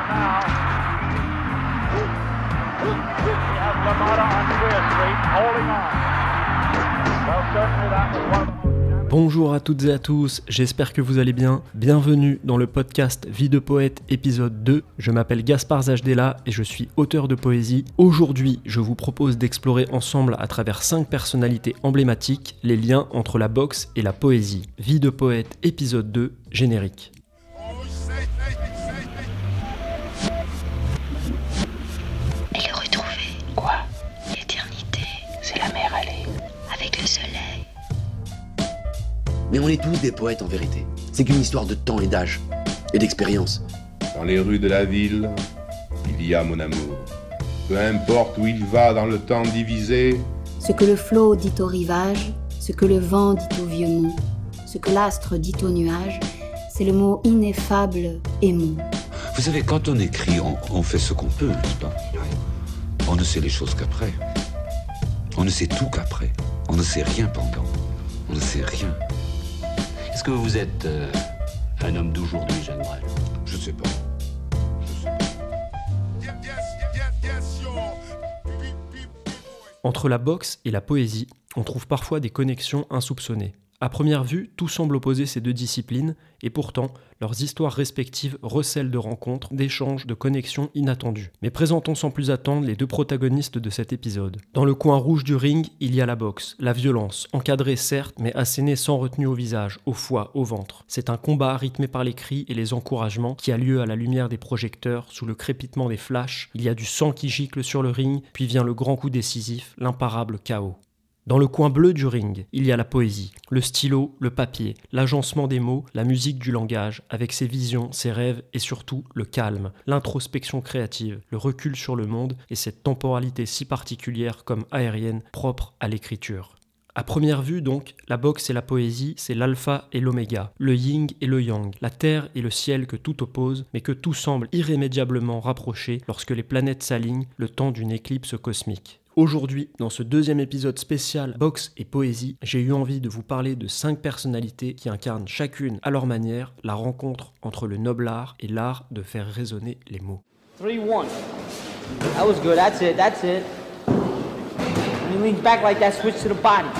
now. We have LaMotta on Greer Street holding on. Well, certainly that was one of the most... Bonjour à toutes et à tous, j'espère que vous allez bien. Bienvenue dans le podcast Vie de poète épisode 2. Je m'appelle Gaspard Zajdela et je suis auteur de poésie. Aujourd'hui, je vous propose d'explorer ensemble à travers 5 personnalités emblématiques les liens entre la boxe et la poésie. Vie de poète épisode 2, générique. Et le retrouver. Quoi? L'éternité, c'est la mer allée. Avec le soleil. Mais on est tous des poètes en vérité. C'est qu'une histoire de temps et d'âge, et d'expérience. Dans les rues de la ville, il y a mon amour. Peu importe où il va dans le temps divisé. Ce que le flot dit au rivage, ce que le vent dit au vieux mont, ce que l'astre dit au nuage, c'est le mot ineffable aimant. Vous savez, quand on écrit, on fait ce qu'on peut, n'est-ce pas? On ne sait les choses qu'après. On ne sait tout qu'après. On ne sait rien pendant. On ne sait rien. Est-ce que vous êtes un homme d'aujourd'hui, Jeanne Brel? Je sais pas. Entre la boxe et la poésie, on trouve parfois des connexions insoupçonnées. À première vue, tout semble opposer ces deux disciplines, et pourtant, leurs histoires respectives recèlent de rencontres, d'échanges, de connexions inattendues. Mais présentons sans plus attendre les deux protagonistes de cet épisode. Dans le coin rouge du ring, il y a la boxe, la violence, encadrée certes, mais assénée sans retenue au visage, au foie, au ventre. C'est un combat rythmé par les cris et les encouragements qui a lieu à la lumière des projecteurs, sous le crépitement des flashs. Il y a du sang qui gicle sur le ring, puis vient le grand coup décisif, l'imparable chaos. Dans le coin bleu du ring, il y a la poésie, le stylo, le papier, l'agencement des mots, la musique du langage, avec ses visions, ses rêves et surtout le calme, l'introspection créative, le recul sur le monde et cette temporalité si particulière comme aérienne, propre à l'écriture. À première vue donc, la boxe et la poésie, c'est l'alpha et l'oméga, le yin et le yang, la terre et le ciel que tout oppose, mais que tout semble irrémédiablement rapproché lorsque les planètes s'alignent, le temps d'une éclipse cosmique. Aujourd'hui, dans ce deuxième épisode spécial boxe et poésie, j'ai eu envie de vous parler de 5 personnalités qui incarnent chacune à leur manière la rencontre entre le noble art et l'art de faire résonner les mots. 3-1. That was good. That's it. That's it. When you lean back like that, switch to the body.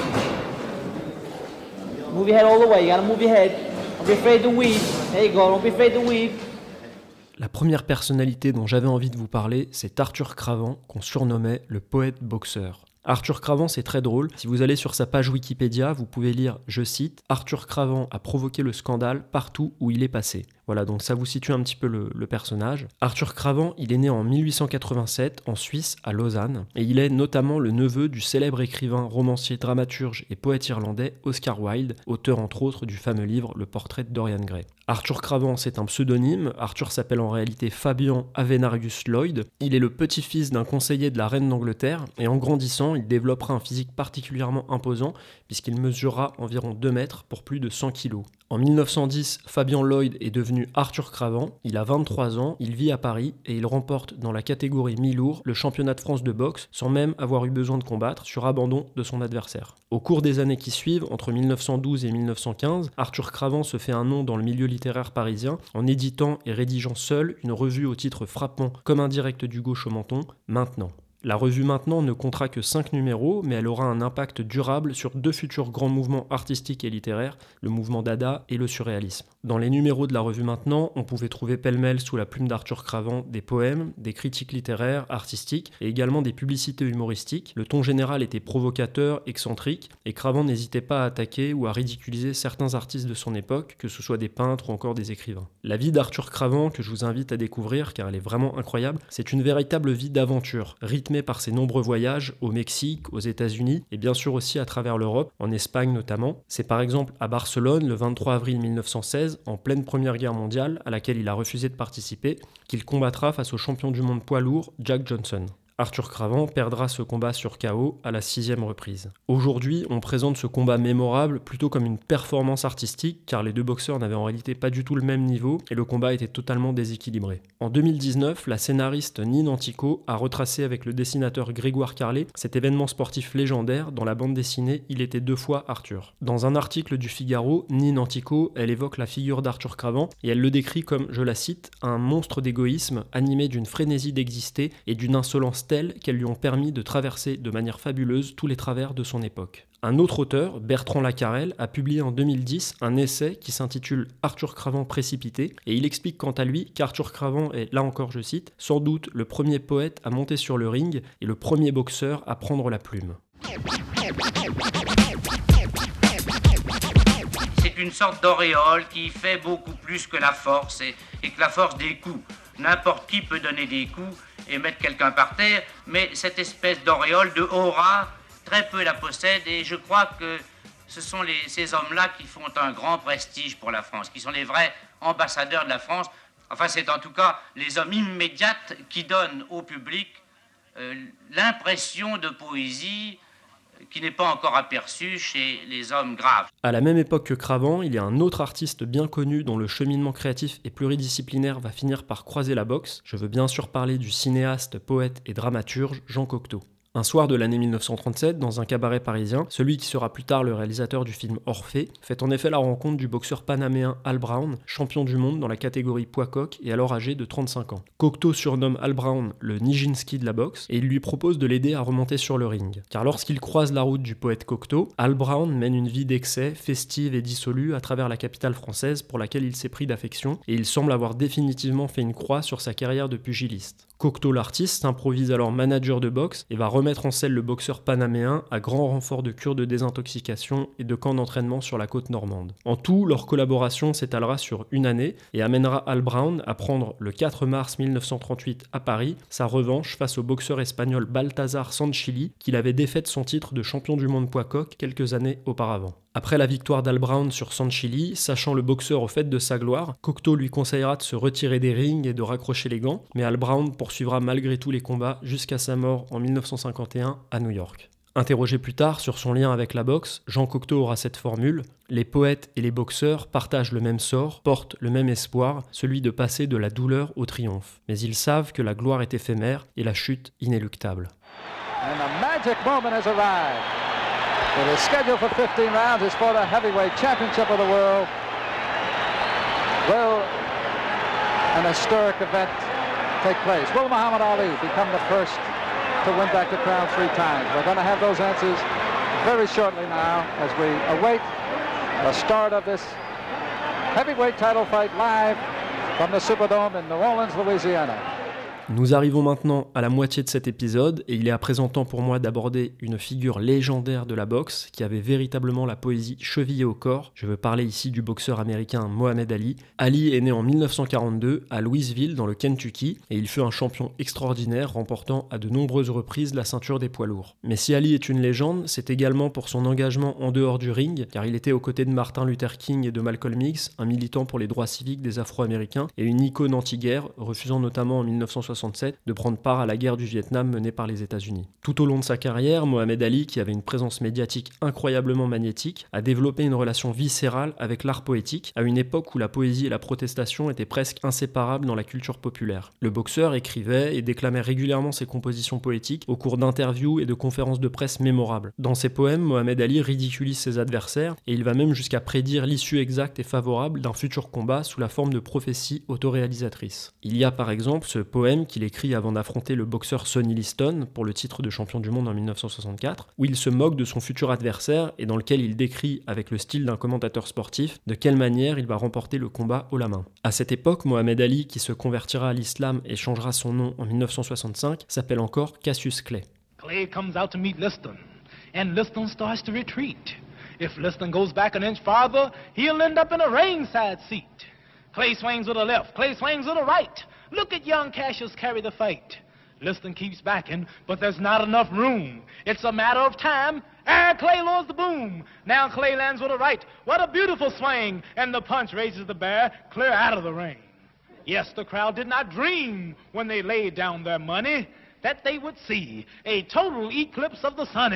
Move your head all the way. You gotta move your head. Don't be afraid to weave. There you go. Don't be afraid to weave. La première personnalité dont j'avais envie de vous parler, c'est Arthur Cravant, qu'on surnommait le poète boxeur. Arthur Cravant, c'est très drôle. Si vous allez sur sa page Wikipédia, vous pouvez lire, je cite, « Arthur Cravant a provoqué le scandale partout où il est passé ». Voilà, donc ça vous situe un petit peu le personnage. Arthur Cravant, il est né en 1887 en Suisse, à Lausanne, et il est notamment le neveu du célèbre écrivain, romancier, dramaturge et poète irlandais Oscar Wilde, auteur entre autres du fameux livre Le portrait de Dorian Gray. Arthur Cravant, c'est un pseudonyme. Arthur s'appelle en réalité Fabian Avenarius Lloyd. Il est le petit-fils d'un conseiller de la reine d'Angleterre, et en grandissant, il développera un physique particulièrement imposant, puisqu'il mesurera environ 2 mètres pour plus de 100 kilos. En 1910, Fabian Lloyd est devenu Arthur Cravant, il a 23 ans, il vit à Paris et il remporte dans la catégorie mi-lourd le championnat de France de boxe sans même avoir eu besoin de combattre sur abandon de son adversaire. Au cours des années qui suivent, entre 1912 et 1915, Arthur Cravant se fait un nom dans le milieu littéraire parisien en éditant et rédigeant seul une revue au titre frappant comme indirect du gauche au menton, Maintenant. La revue Maintenant ne comptera que 5 numéros, mais elle aura un impact durable sur 2 futurs grands mouvements artistiques et littéraires, le mouvement Dada et le surréalisme. Dans les numéros de la revue Maintenant, on pouvait trouver pêle-mêle sous la plume d'Arthur Cravant des poèmes, des critiques littéraires, artistiques et également des publicités humoristiques. Le ton général était provocateur, excentrique, et Cravant n'hésitait pas à attaquer ou à ridiculiser certains artistes de son époque, que ce soit des peintres ou encore des écrivains. La vie d'Arthur Cravant, que je vous invite à découvrir car elle est vraiment incroyable, c'est une véritable vie d'aventure, rythmée par ses nombreux voyages au Mexique, aux États-Unis et bien sûr aussi à travers l'Europe, en Espagne notamment. C'est par exemple à Barcelone le 23 avril 1916, en pleine Première Guerre mondiale, à laquelle il a refusé de participer, qu'il combattra face au champion du monde poids lourd Jack Johnson. Arthur Cravant perdra ce combat sur KO à la 6e reprise. Aujourd'hui, on présente ce combat mémorable plutôt comme une performance artistique, car les deux boxeurs n'avaient en réalité pas du tout le même niveau et le combat était totalement déséquilibré. En 2019, la scénariste Nine Antico a retracé avec le dessinateur Grégoire Carlet cet événement sportif légendaire dans la bande dessinée Il était 2 fois Arthur. Dans un article du Figaro, Nine Antico, elle évoque la figure d'Arthur Cravant et elle le décrit comme, je la cite, un monstre d'égoïsme animé d'une frénésie d'exister et d'une insolence telle qu'elles lui ont permis de traverser de manière fabuleuse tous les travers de son époque. Un autre auteur, Bertrand Lacarelle, a publié en 2010 un essai qui s'intitule Arthur Cravant précipité et il explique quant à lui qu'Arthur Cravant est, là encore je cite, sans doute le premier poète à monter sur le ring et le premier boxeur à prendre la plume. C'est une sorte d'auréole qui fait beaucoup plus que la force et que la force des coups. N'importe qui peut donner des coups et mettre quelqu'un par terre, mais cette espèce d'auréole, de aura, très peu la possèdent et je crois que ce sont ces hommes-là qui font un grand prestige pour la France, qui sont les vrais ambassadeurs de la France. Enfin, c'est en tout cas les hommes immédiats qui donnent au public l'impression de poésie qui n'est pas encore aperçue chez les hommes graves. À la même époque que Cravant, il y a un autre artiste bien connu dont le cheminement créatif et pluridisciplinaire va finir par croiser la boxe. Je veux bien sûr parler du cinéaste, poète et dramaturge Jean Cocteau. Un soir de l'année 1937, dans un cabaret parisien, celui qui sera plus tard le réalisateur du film Orphée fait en effet la rencontre du boxeur panaméen Al Brown, champion du monde dans la catégorie poids-coq et alors âgé de 35 ans. Cocteau surnomme Al Brown le Nijinsky de la boxe et il lui propose de l'aider à remonter sur le ring. Car lorsqu'il croise la route du poète Cocteau, Al Brown mène une vie d'excès, festive et dissolue à travers la capitale française pour laquelle il s'est pris d'affection et il semble avoir définitivement fait une croix sur sa carrière de pugiliste. Cocteau l'artiste s'improvise alors manager de boxe et va remettre en selle le boxeur panaméen à grand renfort de cures de désintoxication et de camps d'entraînement sur la côte normande. En tout, leur collaboration s'étalera sur une année et amènera Al Brown à prendre le 4 mars 1938 à Paris sa revanche face au boxeur espagnol Balthazar Sanchilli qu'il avait défait de son titre de champion du monde poids-coq quelques années auparavant. Après la victoire d'Al Brown sur Sanchilli, sachant le boxeur au fait de sa gloire, Cocteau lui conseillera de se retirer des rings et de raccrocher les gants, mais Al Brown poursuivra malgré tout les combats jusqu'à sa mort en 1951 à New York. Interrogé plus tard sur son lien avec la boxe, Jean Cocteau aura cette formule « Les poètes et les boxeurs partagent le même sort, portent le même espoir, celui de passer de la douleur au triomphe. Mais ils savent que la gloire est éphémère et la chute inéluctable. » And the magic moment has arrived. It is scheduled for 15 rounds. It's for the heavyweight championship of the world. Will an historic event take place? Will Muhammad Ali become the first to win back the crown 3 times? We're going to have those answers very shortly now as we await the start of this heavyweight title fight live from the Superdome in New Orleans, Louisiana. Nous arrivons maintenant à la moitié de cet épisode et il est à présent temps pour moi d'aborder une figure légendaire de la boxe qui avait véritablement la poésie chevillée au corps. Je veux parler ici du boxeur américain Mohamed Ali. Ali est né en 1942 à Louisville dans le Kentucky et il fut un champion extraordinaire remportant à de nombreuses reprises la ceinture des poids lourds. Mais si Ali est une légende, c'est également pour son engagement en dehors du ring car il était aux côtés de Martin Luther King et de Malcolm X, un militant pour les droits civiques des Afro-Américains et une icône anti-guerre, refusant notamment en 1967 de prendre part à la guerre du Vietnam menée par les États-Unis. Tout au long de sa carrière, Mohamed Ali, qui avait une présence médiatique incroyablement magnétique, a développé une relation viscérale avec l'art poétique, à une époque où la poésie et la protestation étaient presque inséparables dans la culture populaire. Le boxeur écrivait et déclamait régulièrement ses compositions poétiques au cours d'interviews et de conférences de presse mémorables. Dans ses poèmes, Mohamed Ali ridiculise ses adversaires et il va même jusqu'à prédire l'issue exacte et favorable d'un futur combat sous la forme de prophéties autoréalisatrices. Il y a par exemple ce poème qu'il écrit avant d'affronter le boxeur Sonny Liston pour le titre de champion du monde en 1964, où il se moque de son futur adversaire et dans lequel il décrit, avec le style d'un commentateur sportif, de quelle manière il va remporter le combat haut la main. À cette époque, Mohamed Ali, qui se convertira à l'islam et changera son nom en 1965, s'appelle encore Cassius Clay. Clay comes out to meet Liston, and Liston starts to retreat. If Liston goes back an inch farther, he'll end up in a ringside seat. Clay swings with the left, Clay swings with the right. Look at young Cassius carry the fight. Liston keeps backing, but there's not enough room. It's a matter of time, and Clay lowers the boom. Now Clay lands with a right. What a beautiful swing, and the punch raises the bear clear out of the ring. Yes, the crowd did not dream when they laid down their money that they would see a total eclipse of the sun.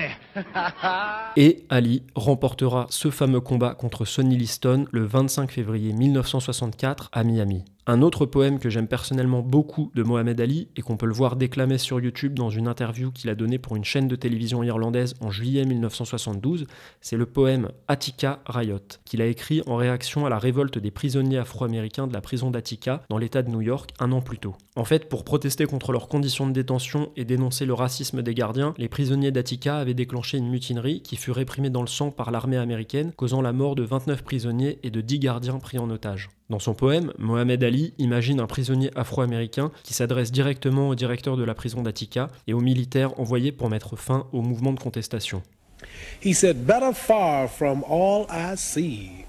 Et Ali remportera ce fameux combat contre Sonny Liston le 25 février 1964 à Miami. Un autre poème que j'aime personnellement beaucoup de Mohamed Ali et qu'on peut le voir déclamer sur YouTube dans une interview qu'il a donnée pour une chaîne de télévision irlandaise en juillet 1972, c'est le poème Attica Riot, qu'il a écrit en réaction à la révolte des prisonniers afro-américains de la prison d'Attica dans l'état de New York un an plus tôt. En fait, pour protester contre leurs conditions de détention et dénoncer le racisme des gardiens, les prisonniers d'Attica avaient déclenché une mutinerie qui fut réprimée dans le sang par l'armée américaine, causant la mort de 29 prisonniers et de 10 gardiens pris en otage. Dans son poème, Mohamed Ali imagine un prisonnier afro-américain qui s'adresse directement au directeur de la prison d'Attica et aux militaires envoyés pour mettre fin au mouvement de contestation. He said, "Better far from all I see,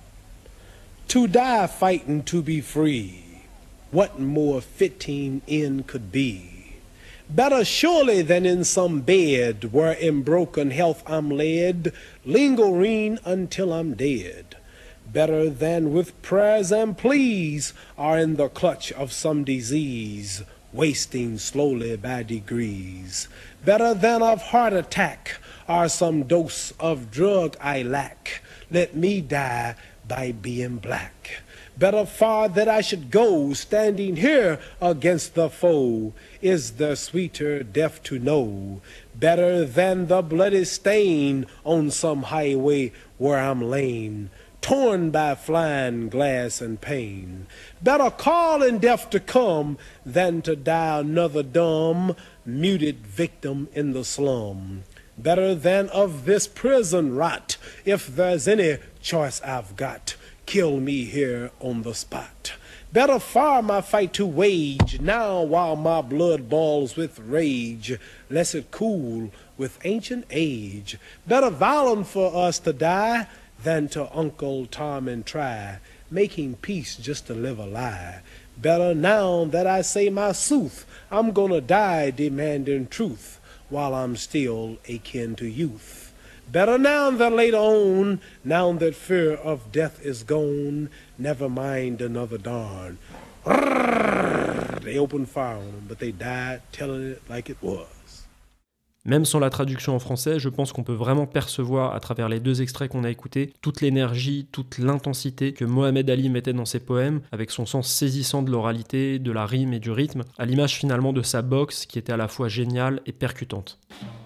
to die fighting to be free. What more fitting end could be? Better surely than in some bed where in broken health I'm led, lingering until I'm dead. Better than with prayers and pleas are in the clutch of some disease, wasting slowly by degrees. Better than of heart attack are some dose of drug I lack. Let me die by being black. Better far that I should go, standing here against the foe. Is there sweeter death to know? Better than the bloody stain on some highway where I'm lame, torn by flying glass and pain. Better call in death to come than to die another dumb, muted victim in the slum. Better than of this prison rot, if there's any choice I've got, kill me here on the spot. Better far my fight to wage now while my blood boils with rage, lest it cool with ancient age. Better violent for us to die than to Uncle Tom and try, making peace just to live a lie. Better now that I say my sooth, I'm gonna die demanding truth, while I'm still akin to youth. Better now than later on, now that fear of death is gone, never mind another darn. They opened fire on them, but they died telling it like it was. Même sans la traduction en français, je pense qu'on peut vraiment percevoir à travers les deux extraits qu'on a écoutés toute l'énergie, toute l'intensité que Mohamed Ali mettait dans ses poèmes, avec son sens saisissant de l'oralité, de la rime et du rythme, à l'image finalement de sa boxe qui était à la fois géniale et percutante.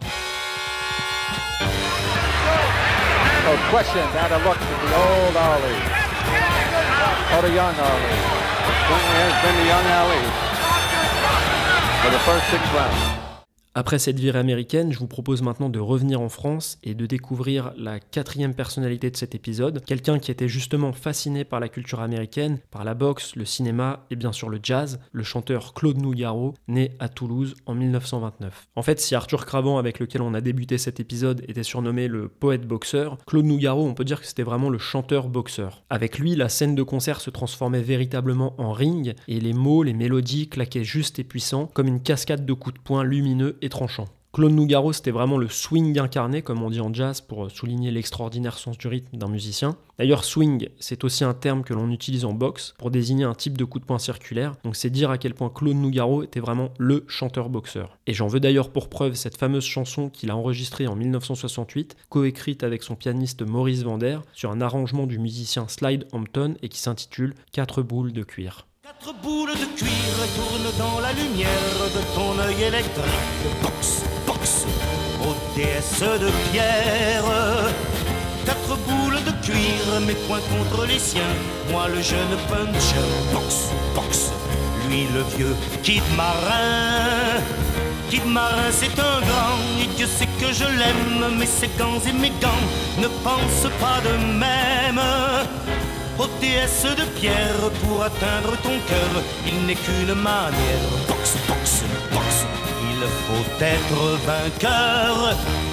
No question, now to look at the old Ali, or the young Ali. Certainly has been the young Ali for the first 6 rounds. Après cette virée américaine, je vous propose maintenant de revenir en France et de découvrir la 4e personnalité de cet épisode, quelqu'un qui était justement fasciné par la culture américaine, par la boxe, le cinéma et bien sûr le jazz, le chanteur Claude Nougaro, né à Toulouse en 1929. En fait, si Arthur Cravant, avec lequel on a débuté cet épisode, était surnommé le poète boxeur, Claude Nougaro, on peut dire que c'était vraiment le chanteur boxeur. Avec lui, la scène de concert se transformait véritablement en ring et les mots, les mélodies claquaient juste et puissants, comme une cascade de coups de poing lumineux et tranchant. Claude Nougaro, c'était vraiment le swing incarné, comme on dit en jazz, pour souligner l'extraordinaire sens du rythme d'un musicien. D'ailleurs, swing, c'est aussi un terme que l'on utilise en boxe pour désigner un type de coup de poing circulaire, donc c'est dire à quel point Claude Nougaro était vraiment le chanteur-boxeur. Et j'en veux d'ailleurs pour preuve cette fameuse chanson qu'il a enregistrée en 1968, coécrite avec son pianiste Maurice Vander, sur un arrangement du musicien Slide Hampton et qui s'intitule « 4 boules de cuir ». 4 boules de cuir tournent dans la lumière de ton œil électrique. Boxe, boxe, ô déesse de pierre. 4 boules de cuir, mes poings contre les siens. Moi le jeune puncher. Boxe, boxe, lui le vieux Kid Marin. Kid Marin c'est un grand, et Dieu sait que je l'aime. Mais ses gants et mes gants ne pensent pas de même. Ô déesse de pierre, pour atteindre ton cœur, il n'est qu'une manière. Boxe, boxe, boxe, il faut être vainqueur.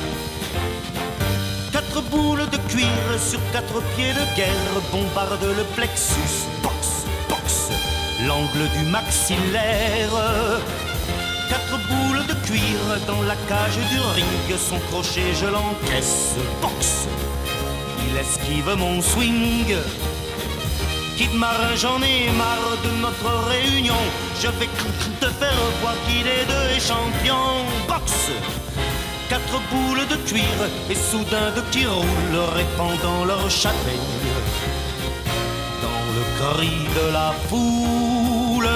4 boules de cuir sur 4 pieds de guerre bombardent le plexus. Boxe, boxe, l'angle du maxillaire. 4 boules de cuir dans la cage du ring, son crochet je l'encaisse. Boxe, il esquive mon swing. Kid marin, j'en ai marre de notre réunion. Je vais te faire voir qui des deux est champion. Boxe, 4 boules de cuir et soudain de qui roulent, répandant leur châtaigne dans le cri de la foule.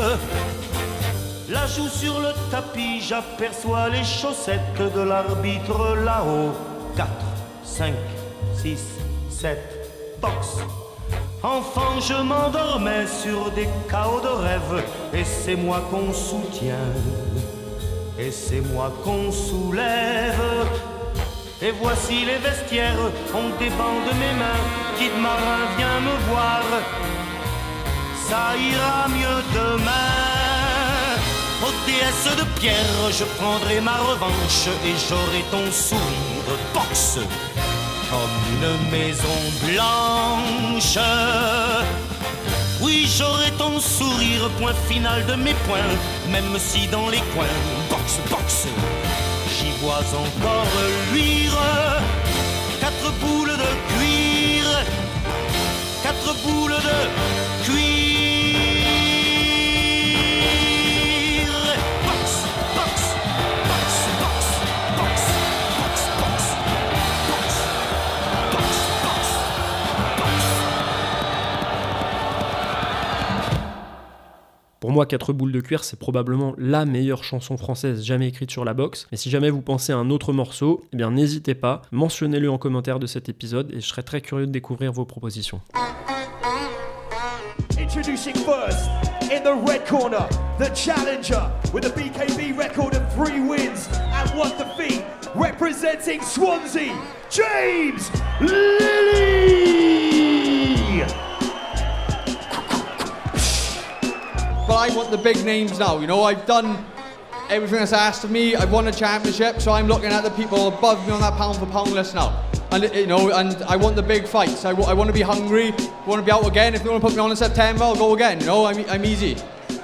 La joue sur le tapis, j'aperçois les chaussettes de l'arbitre là-haut. 4, 5, 6, 7, boxe. Enfant, je m'endormais sur des chaos de rêve, et c'est moi qu'on soutient, et c'est moi qu'on soulève. Et voici les vestiaires, on débande mes mains. Kid marin, viens me voir, ça ira mieux demain. Ô déesse de pierre, je prendrai ma revanche, et j'aurai ton sourire boxe comme une maison blanche. Oui, j'aurai ton sourire, point final de mes points, même si dans les coins, boxe, boxe, j'y vois encore luire 4 boules de cuir, 4 boules de cuir. Boxe, boxe, boxe, boxe, boxe, boxe, boxe, boxe, boxe, boxe, boxe. Pour moi, 4 boules de cuir, c'est probablement la meilleure chanson française jamais écrite sur la boxe. Mais si jamais vous pensez à un autre morceau, eh bien n'hésitez pas, mentionnez-le en commentaire de cet épisode et je serai très curieux de découvrir vos propositions. Introducing first, in the red corner, the challenger with a BKB record of 3 wins and 1 defeat, representing Swansea, James Lilly! But I want the big names now, you know, I've done everything that's asked of me, I've won a championship, so I'm looking at the people above me on that pound for pound list now. And you know, and I want the big fights, I want to be hungry, I want to be out again, if they want to put me on in September, I'll go again, you know, I'm easy.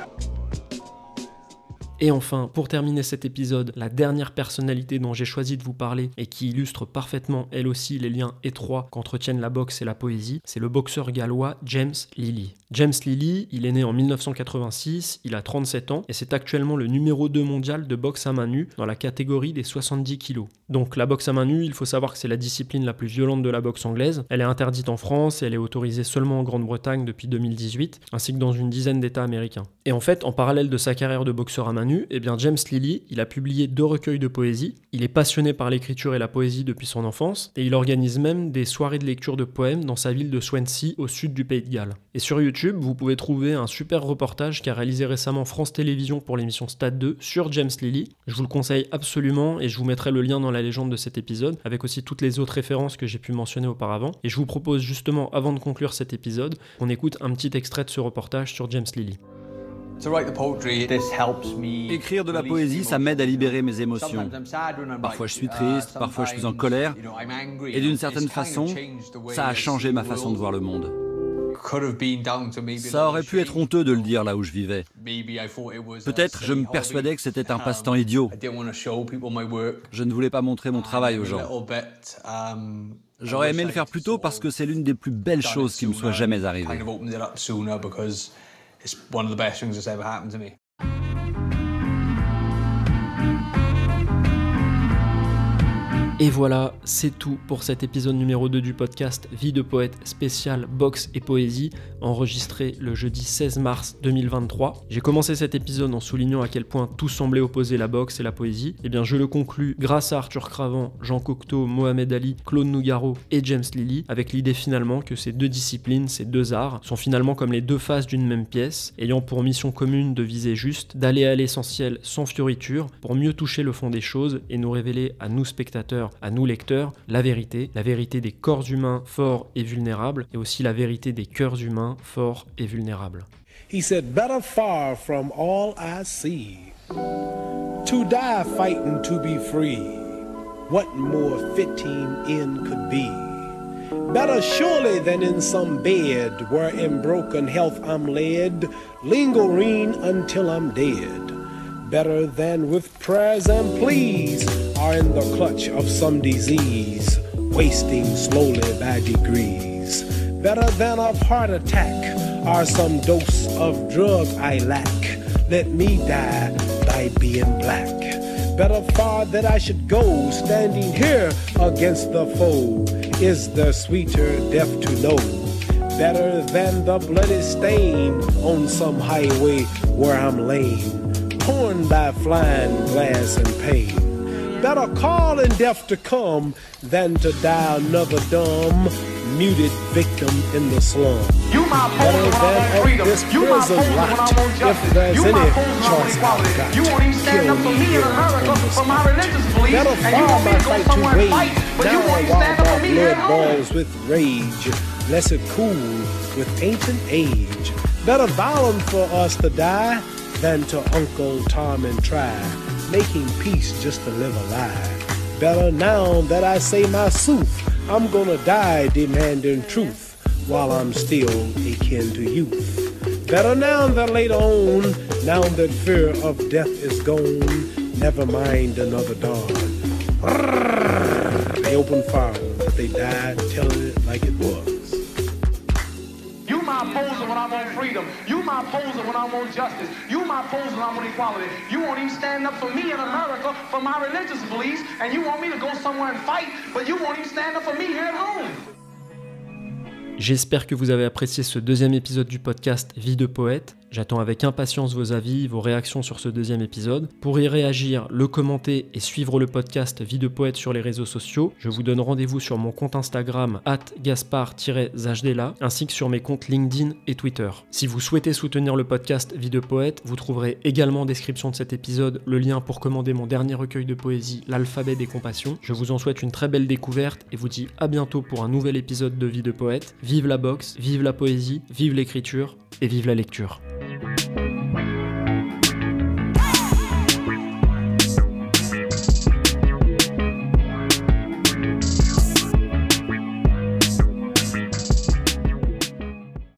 Et enfin, pour terminer cet épisode, la dernière personnalité dont j'ai choisi de vous parler et qui illustre parfaitement elle aussi les liens étroits qu'entretiennent la boxe et la poésie, c'est le boxeur gallois James Lilly. James Lilly, il est né en 1986, il a 37 ans et c'est actuellement le numéro 2 mondial de boxe à main nue dans la catégorie des 70 kilos. Donc la boxe à main nue, il faut savoir que c'est la discipline la plus violente de la boxe anglaise. Elle est interdite en France et elle est autorisée seulement en Grande-Bretagne depuis 2018, ainsi que dans une dizaine d'États américains. Et en fait, en parallèle de sa carrière de boxeur à main nue, eh bien James Lilly, il a publié 2 recueils de poésie. Il est passionné par l'écriture et la poésie depuis son enfance et il organise même des soirées de lecture de poèmes dans sa ville de Swansea au sud du Pays de Galles. Et sur YouTube, vous pouvez trouver un super reportage qu'a réalisé récemment France Télévisions pour l'émission Stade 2 sur James Lilly. Je vous le conseille absolument et je vous mettrai le lien dans la légende de cet épisode avec aussi toutes les autres références que j'ai pu mentionner auparavant. Et je vous propose justement, avant de conclure cet épisode, qu'on écoute un petit extrait de ce reportage sur James Lilly. Écrire de la poésie, ça m'aide à libérer mes émotions. Parfois je suis triste, parfois je suis en colère, et d'une certaine façon, ça a changé ma façon de voir le monde. Ça aurait pu être honteux de le dire là où je vivais. Peut-être je me persuadais que c'était un passe-temps idiot. Je ne voulais pas montrer mon travail aux gens. J'aurais aimé le faire plus tôt parce que c'est l'une des plus belles choses qui me soit jamais arrivée. It's one of the best things that's ever happened to me. Et voilà, c'est tout pour cet épisode numéro 2 du podcast Vie de poète spécial boxe et poésie, enregistré le jeudi 16 mars 2023. J'ai commencé cet épisode en soulignant à quel point tout semblait opposer la boxe et la poésie. Et bien je le conclus grâce à Arthur Cravant, Jean Cocteau, Mohamed Ali, Claude Nougaro et James Lilly, avec l'idée finalement que ces 2 disciplines, ces 2 arts, sont finalement comme les 2 faces d'une même pièce, ayant pour mission commune de viser juste, d'aller à l'essentiel sans fioritures, pour mieux toucher le fond des choses et nous révéler à nous spectateurs, à nous lecteurs, la vérité des corps humains forts et vulnérables, et aussi la vérité des cœurs humains forts et vulnérables. He said, better far from all I see, to die fighting to be free, what more fitting end could be? Better surely than in some bed, where in broken health I'm led, lingering until I'm dead. Better than with prayers and pleas, are in the clutch of some disease, wasting slowly by degrees. Better than a heart attack or some dose of drug I lack. Let me die by being black. Better far that I should go, standing here against the foe. Is the sweeter death to know? Better than the bloody stain on some highway where I'm lame, torn by flying glass and pain. Better call in death to come than to die another dumb, muted victim in the slum. Better than of this prison lot, if there's any choice I've got. Kill me here on the spot. Better far my fight to wage, now while my blood boils with rage, less it cool with ancient age. Better violent for us to die than to Uncle Tom and try, making peace just to live a lie. Better now that I say my sooth, I'm gonna die demanding truth while I'm still akin to youth. Better now than later on, now that fear of death is gone, never mind another dawn. They open fire, but they died telling it like it was. You my opposer when I want freedom. You my opposer when I want justice. You my opposer when I want equality. You won't even stand up for me in America for my religious beliefs, and you want me to go somewhere and fight, but you won't even stand up for me here at home. J'espère que vous avez apprécié ce deuxième épisode du podcast Vie de poète. J'attends avec impatience vos avis, vos réactions sur ce deuxième épisode. Pour y réagir, le commenter et suivre le podcast Vie de poète sur les réseaux sociaux, je vous donne rendez-vous sur mon compte Instagram @gaspard-zajdela ainsi que sur mes comptes LinkedIn et Twitter. Si vous souhaitez soutenir le podcast Vie de poète, vous trouverez également en description de cet épisode le lien pour commander mon dernier recueil de poésie, L'Alphabet des compassions. Je vous en souhaite une très belle découverte et vous dis à bientôt pour un nouvel épisode de Vie de poète. Vive la boxe, vive la poésie, vive l'écriture et vive la lecture.